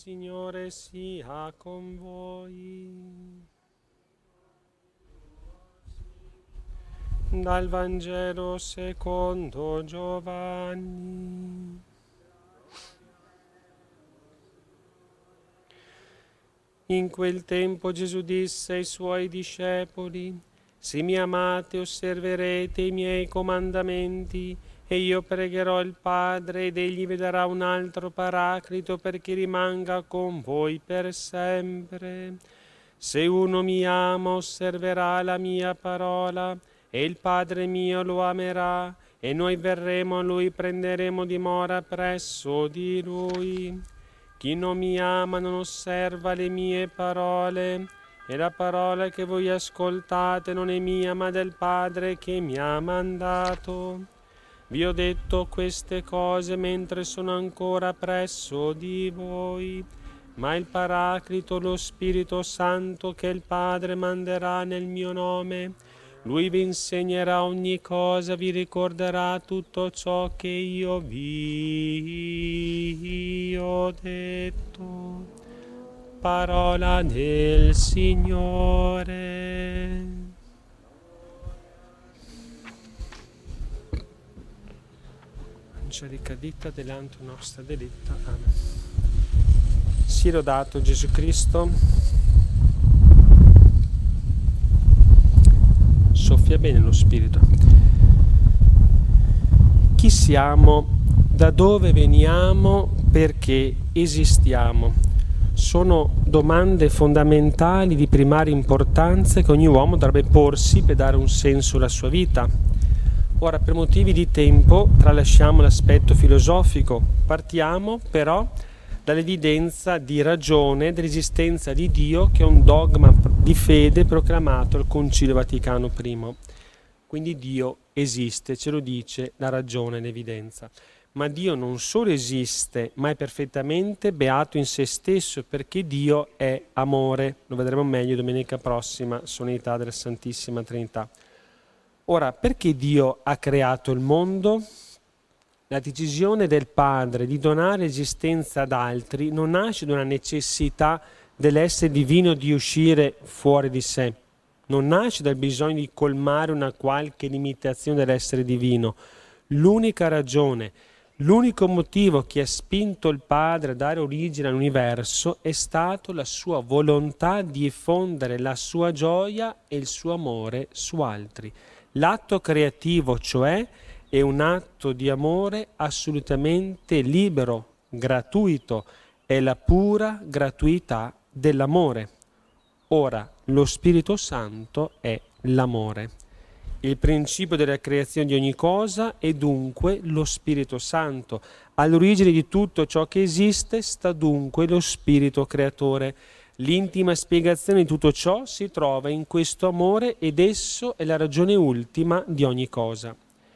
Signore sia con voi. Dal Vangelo secondo Giovanni. In quel tempo Gesù disse ai suoi discepoli: se mi amate osserverete i miei comandamenti, e io pregherò il Padre ed egli vi darà un altro Paraclito perché rimanga con voi per sempre. Se uno mi ama osserverà la mia parola, e il Padre mio lo amerà, e noi verremo a lui, prenderemo dimora presso di lui. Chi non mi ama non osserva le mie parole, e la parola che voi ascoltate non è mia, ma del Padre che mi ha mandato. Vi ho detto queste cose mentre sono ancora presso di voi, ma il Paraclito, lo Spirito Santo che il Padre manderà nel mio nome, Lui vi insegnerà ogni cosa, vi ricorderà tutto ciò che io vi ho detto. Parola del Signore. Angelica dita delante nostra delitta. Amen. Sia lodato Gesù Cristo. Soffia bene lo Spirito. Chi siamo? Da dove veniamo? Perché esistiamo? Sono domande fondamentali di primaria importanza che ogni uomo dovrebbe porsi per dare un senso alla sua vita. Ora, per motivi di tempo, tralasciamo l'aspetto filosofico, partiamo però dall'evidenza di ragione dell'esistenza di Dio, che è un dogma di fede proclamato al Concilio Vaticano I. Quindi Dio esiste, ce lo dice la ragione e l'evidenza. Ma Dio non solo esiste, ma è perfettamente beato in se stesso, perché Dio è amore. Lo vedremo meglio domenica prossima, solennità della Santissima Trinità. Ora, perché Dio ha creato il mondo? La decisione del Padre di donare esistenza ad altri non nasce da una necessità dell'essere divino di uscire fuori di sé, non nasce dal bisogno di colmare una qualche limitazione dell'essere divino. L'unica ragione, l'unico motivo che ha spinto il Padre a dare origine all'universo è stato la sua volontà di effondere la sua gioia e il suo amore su altri. L'atto creativo, cioè, è un atto di amore assolutamente libero, gratuito, è la pura gratuità dell'amore. Ora, lo Spirito Santo è l'amore. Il principio della creazione di ogni cosa è dunque lo Spirito Santo. All'origine di tutto ciò che esiste sta dunque lo Spirito Creatore. L'intima spiegazione di tutto ciò si trova in questo amore ed esso è la ragione ultima di ogni cosa.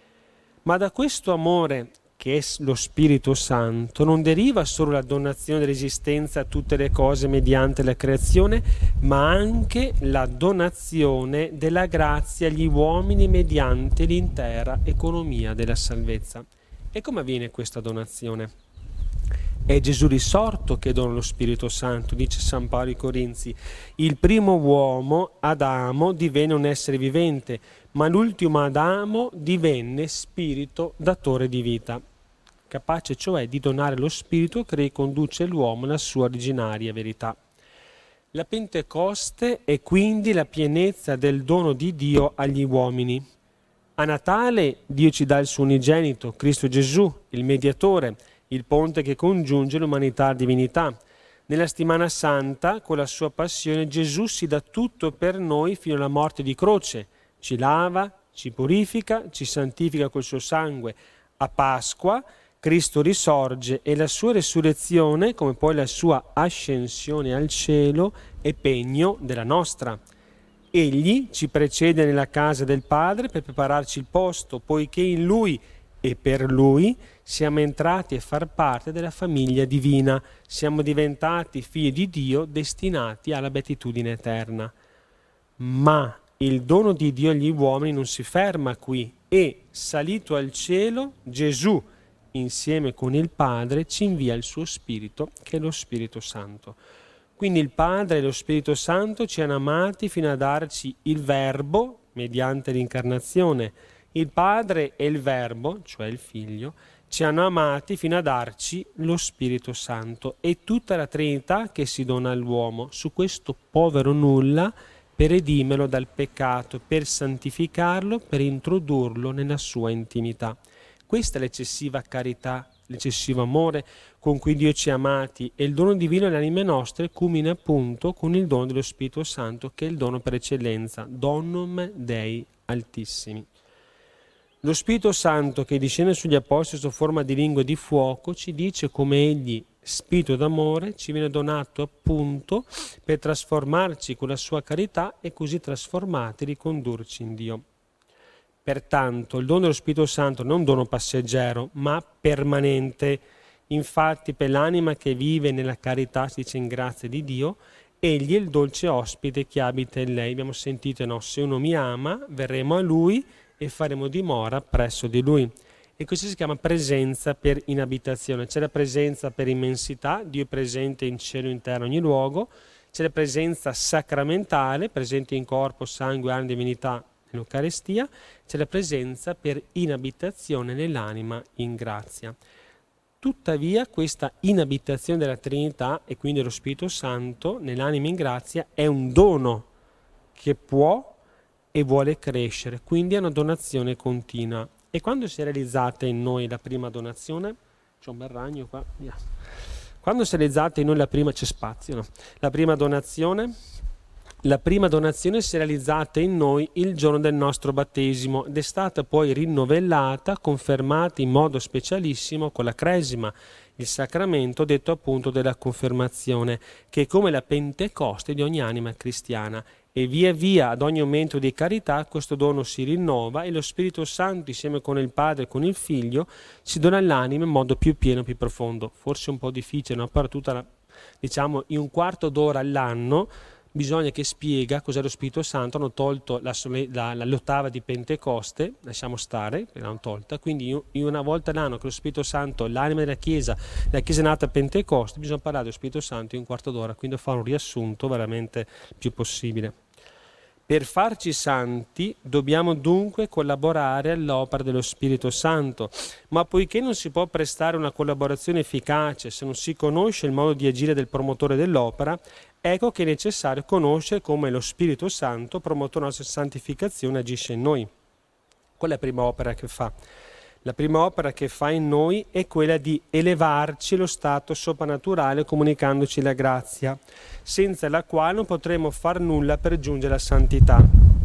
Ma da questo amore, che è lo Spirito Santo, non deriva solo la donazione dell'esistenza a tutte le cose mediante la creazione, ma anche la donazione della grazia agli uomini mediante l'intera economia della salvezza. E come avviene questa donazione? È Gesù risorto che dona lo Spirito Santo, dice San Paolo ai Corinzi. Il primo uomo, Adamo, divenne un essere vivente, ma l'ultimo Adamo divenne spirito datore di vita, capace cioè di donare lo Spirito che riconduce l'uomo alla sua originaria verità. La Pentecoste è quindi la pienezza del dono di Dio agli uomini. A Natale Dio ci dà il suo unigenito, Cristo Gesù, il mediatore, il ponte che congiunge l'umanità alla divinità. Nella settimana santa, con la sua passione, Gesù si dà tutto per noi fino alla morte di croce. Ci lava, ci purifica, ci santifica col suo sangue. A Pasqua Cristo risorge e la sua resurrezione, come poi la sua ascensione al cielo, è pegno della nostra. Egli ci precede nella casa del Padre per prepararci il posto, poiché in Lui e per Lui siamo entrati a far parte della famiglia divina, siamo diventati figli di Dio destinati alla beatitudine eterna. Ma il dono di Dio agli uomini non si ferma qui e, salito al cielo, Gesù, insieme con il Padre, ci invia il suo Spirito, che è lo Spirito Santo. Quindi il Padre e lo Spirito Santo ci hanno amati fino a darci il Verbo, mediante l'incarnazione. Il Padre e il Verbo, cioè il Figlio, ci hanno amati fino a darci lo Spirito Santo e tutta la Trinità che si dona all'uomo, su questo povero nulla, per redimerlo dal peccato, per santificarlo, per introdurlo nella sua intimità. Questa è l'eccessiva carità, l'eccessivo amore con cui Dio ci ha amati, e il dono divino nelle anime nostre culmina appunto con il dono dello Spirito Santo, che è il dono per eccellenza, donum Dei Altissimi. Lo Spirito Santo che discende sugli Apostoli sotto forma di lingue di fuoco ci dice come Egli, Spirito d'amore, ci viene donato appunto per trasformarci con la sua carità e così trasformati ricondurci in Dio. Pertanto il dono dello Spirito Santo non è un dono passeggero, ma permanente. Infatti per l'anima che vive nella carità, si dice in grazia di Dio, Egli è il dolce ospite che abita in lei. Abbiamo sentito, no? Se uno mi ama, verremo a Lui e faremo dimora presso di Lui. E questo si chiama presenza per inabitazione. C'è la presenza per immensità, Dio è presente in cielo, in terra, in ogni luogo. C'è la presenza sacramentale, presente in corpo, sangue, anima, divinità, nell'Eucaristia. C'è la presenza per inabitazione nell'anima in grazia. Tuttavia questa inabitazione della Trinità e quindi dello Spirito Santo nell'anima in grazia è un dono che può e vuole crescere, quindi è una donazione continua. E quando si è realizzata in noi la prima donazione, c'è un bel ragno qua, via. Quando si è realizzata in noi la prima, c'è spazio, no? La prima donazione si è realizzata in noi il giorno del nostro battesimo ed è stata poi rinnovellata, confermata in modo specialissimo con la Cresima, il sacramento detto appunto della confermazione, che è come la Pentecoste di ogni anima cristiana. E via via ad ogni aumento di carità questo dono si rinnova e lo Spirito Santo insieme con il Padre e con il Figlio si dona all'anima in modo più pieno, più profondo. Forse un po' difficile, no? Per tutta diciamo in un quarto d'ora all'anno bisogna che spiega cos'è lo Spirito Santo. Hanno tolto l'ottava di Pentecoste, lasciamo stare, l'hanno tolta, quindi una volta all'anno che lo Spirito Santo è l'anima della Chiesa, la Chiesa è nata a Pentecoste, bisogna parlare dello Spirito Santo in un quarto d'ora, quindi fare un riassunto veramente il più possibile. Per farci santi dobbiamo dunque collaborare all'opera dello Spirito Santo, ma poiché non si può prestare una collaborazione efficace se non si conosce il modo di agire del promotore dell'opera, ecco che è necessario conoscere come lo Spirito Santo, promotore della nostra santificazione, agisce in noi. Qual è la prima opera che fa? La prima opera che fa in noi è quella di elevarci allo stato soprannaturale comunicandoci la grazia, senza la quale non potremo far nulla per giungere alla santità.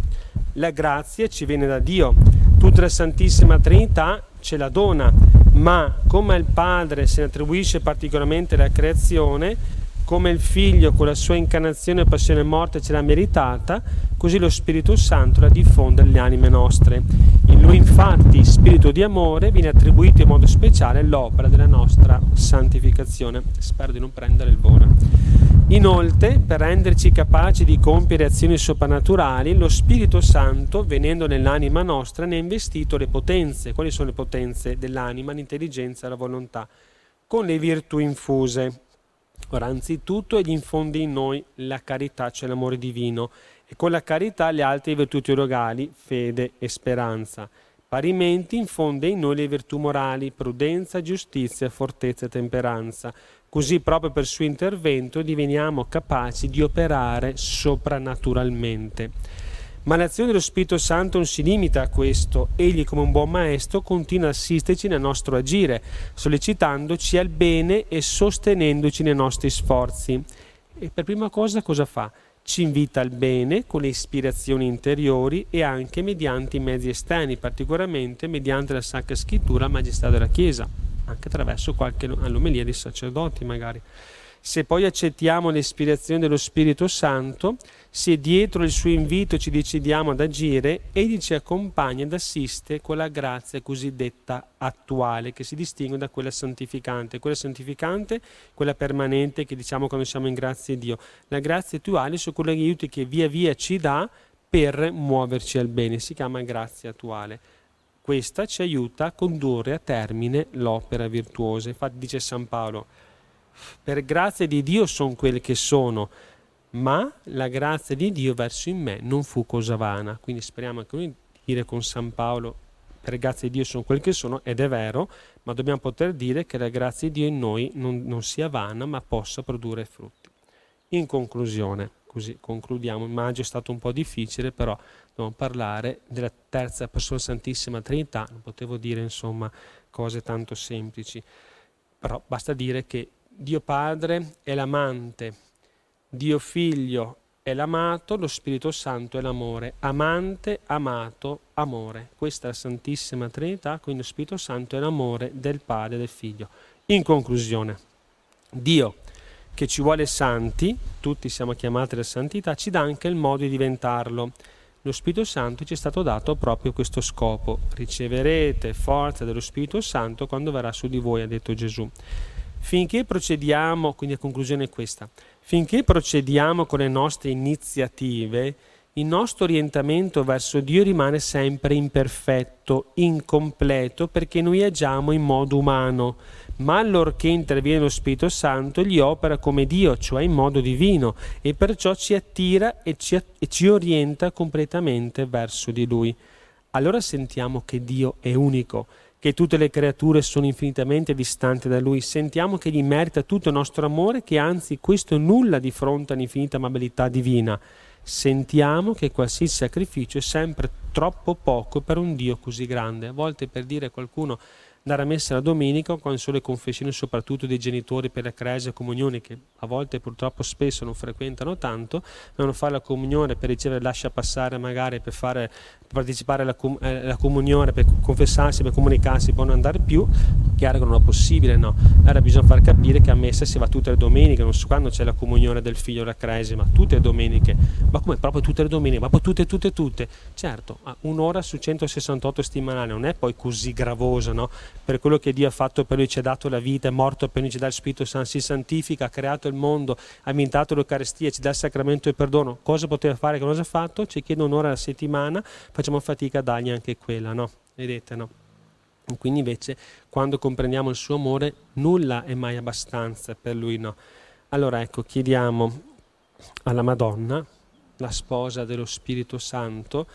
La grazia ci viene da Dio, tutta la Santissima Trinità ce la dona, ma come al Padre se ne attribuisce particolarmente la creazione, come il Figlio con la sua incarnazione, passione e morte ce l'ha meritata, così lo Spirito Santo la diffonde alle anime nostre. In lui infatti, Spirito di amore, viene attribuito in modo speciale l'opera della nostra santificazione. Spero di non prendere il volo. Inoltre, per renderci capaci di compiere azioni soprannaturali, lo Spirito Santo, venendo nell'anima nostra, ne ha investito le potenze. Quali sono le potenze dell'anima? L'intelligenza e la volontà, con le virtù infuse. Ora, anzitutto egli infonde in noi la carità, cioè l'amore divino, e con la carità le altre virtù teologali, fede e speranza. Parimenti infonde in noi le virtù morali, prudenza, giustizia, fortezza e temperanza. Così proprio per suo intervento diveniamo capaci di operare soprannaturalmente. Ma l'azione dello Spirito Santo non si limita a questo. Egli, come un buon maestro, continua ad assisterci nel nostro agire, sollecitandoci al bene e sostenendoci nei nostri sforzi. E per prima cosa fa? Ci invita al bene con le ispirazioni interiori e anche mediante i mezzi esterni, particolarmente mediante la Sacra Scrittura, la Maestà della Chiesa, anche attraverso qualche all'omelia dei sacerdoti magari. Se poi accettiamo l'ispirazione dello Spirito Santo, se dietro il suo invito ci decidiamo ad agire, egli ci accompagna ed assiste con la grazia cosiddetta attuale, che si distingue da quella santificante. Quella santificante, quella permanente che diciamo quando siamo in grazia di Dio. La grazia attuale sono quegli aiuti che via via ci dà per muoverci al bene, si chiama grazia attuale. Questa ci aiuta a condurre a termine l'opera virtuosa. Infatti dice San Paolo, per grazia di Dio sono quel che sono, ma la grazia di Dio verso in me non fu cosa vana. Quindi speriamo anche noi di dire con San Paolo, per grazia di Dio sono quel che sono, ed è vero, ma dobbiamo poter dire che la grazia di Dio in noi non sia vana, ma possa produrre frutti. In conclusione, così concludiamo, immagino è stato un po' difficile, però dobbiamo parlare della terza persona Santissima Trinità, non potevo dire insomma cose tanto semplici, però basta dire che Dio Padre è l'amante, Dio Figlio è l'amato, lo Spirito Santo è l'amore, amante, amato, amore. Questa è la Santissima Trinità, quindi lo Spirito Santo è l'amore del Padre e del Figlio. In conclusione, Dio che ci vuole santi, tutti siamo chiamati alla santità, ci dà anche il modo di diventarlo. Lo Spirito Santo ci è stato dato proprio questo scopo. Riceverete forza dello Spirito Santo quando verrà su di voi, ha detto Gesù. Finché procediamo, quindi la conclusione è questa, finché procediamo con le nostre iniziative, il nostro orientamento verso Dio rimane sempre imperfetto, incompleto, perché noi agiamo in modo umano, ma allorché interviene lo Spirito Santo, egli opera come Dio, cioè in modo divino, e perciò ci attira e ci orienta completamente verso di Lui. Allora sentiamo che Dio è unico, che tutte le creature sono infinitamente distanti da Lui, sentiamo che Egli merita tutto il nostro amore, che anzi questo è nulla di fronte all'infinita amabilità divina. Sentiamo che qualsiasi sacrificio è sempre troppo poco per un Dio così grande. A volte, per dire a qualcuno andare a messa la domenica, quando sono le confessioni soprattutto dei genitori per la Cresia e comunione, che a volte purtroppo spesso non frequentano tanto, devono fare la comunione per ricevere lascia passare magari per partecipare alla comunione, per confessarsi, per comunicarsi, poi non andare più. Chiaro che non è possibile, no? Allora bisogna far capire che a messa si va tutte le domeniche, non so quando c'è la comunione del figlio della Cresia, ma tutte le domeniche. Ma come proprio tutte le domeniche? Ma poi tutte? Certo, un'ora su 168 settimanali non è poi così gravosa, no? Per quello che Dio ha fatto per lui, ci ha dato la vita, è morto per noi, ci dà il Spirito Santo, si santifica, ha creato il mondo, ha inventato l'Eucaristia, ci dà il sacramento del perdono. Cosa poteva fare, che cosa ha fatto? Ci chiede un'ora alla settimana, facciamo fatica a dargli anche quella, no? Vedete, no? Quindi invece quando comprendiamo il suo amore nulla è mai abbastanza per lui, no? Allora ecco, chiediamo alla Madonna, la sposa dello Spirito Santo,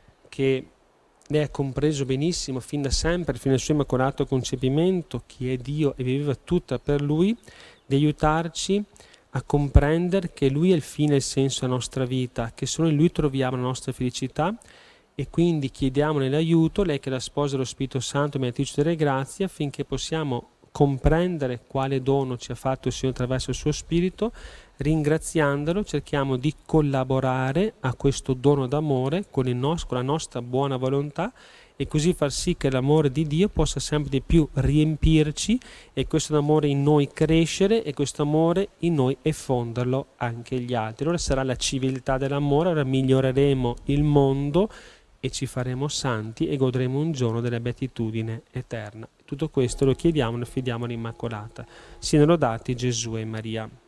che lei ha compreso benissimo fin da sempre, fino al suo immacolato concepimento, chi è Dio e viveva tutta per Lui, di aiutarci a comprendere che Lui è il fine e il senso della nostra vita, che solo in Lui troviamo la nostra felicità, e quindi chiediamole l'aiuto, lei che è la sposa dello Spirito Santo, mediatrice delle grazie, affinché possiamo comprendere quale dono ci ha fatto il Signore attraverso il suo Spirito. Ringraziandolo cerchiamo di collaborare a questo dono d'amore con la nostra buona volontà, e così far sì che l'amore di Dio possa sempre di più riempirci e questo amore in noi crescere e questo amore in noi effonderlo anche agli altri. Allora sarà la civiltà dell'amore, allora miglioreremo il mondo e ci faremo santi e godremo un giorno della beatitudine eterna. Tutto questo lo chiediamo e lo affidiamo all'Immacolata. Siano lodati Gesù e Maria.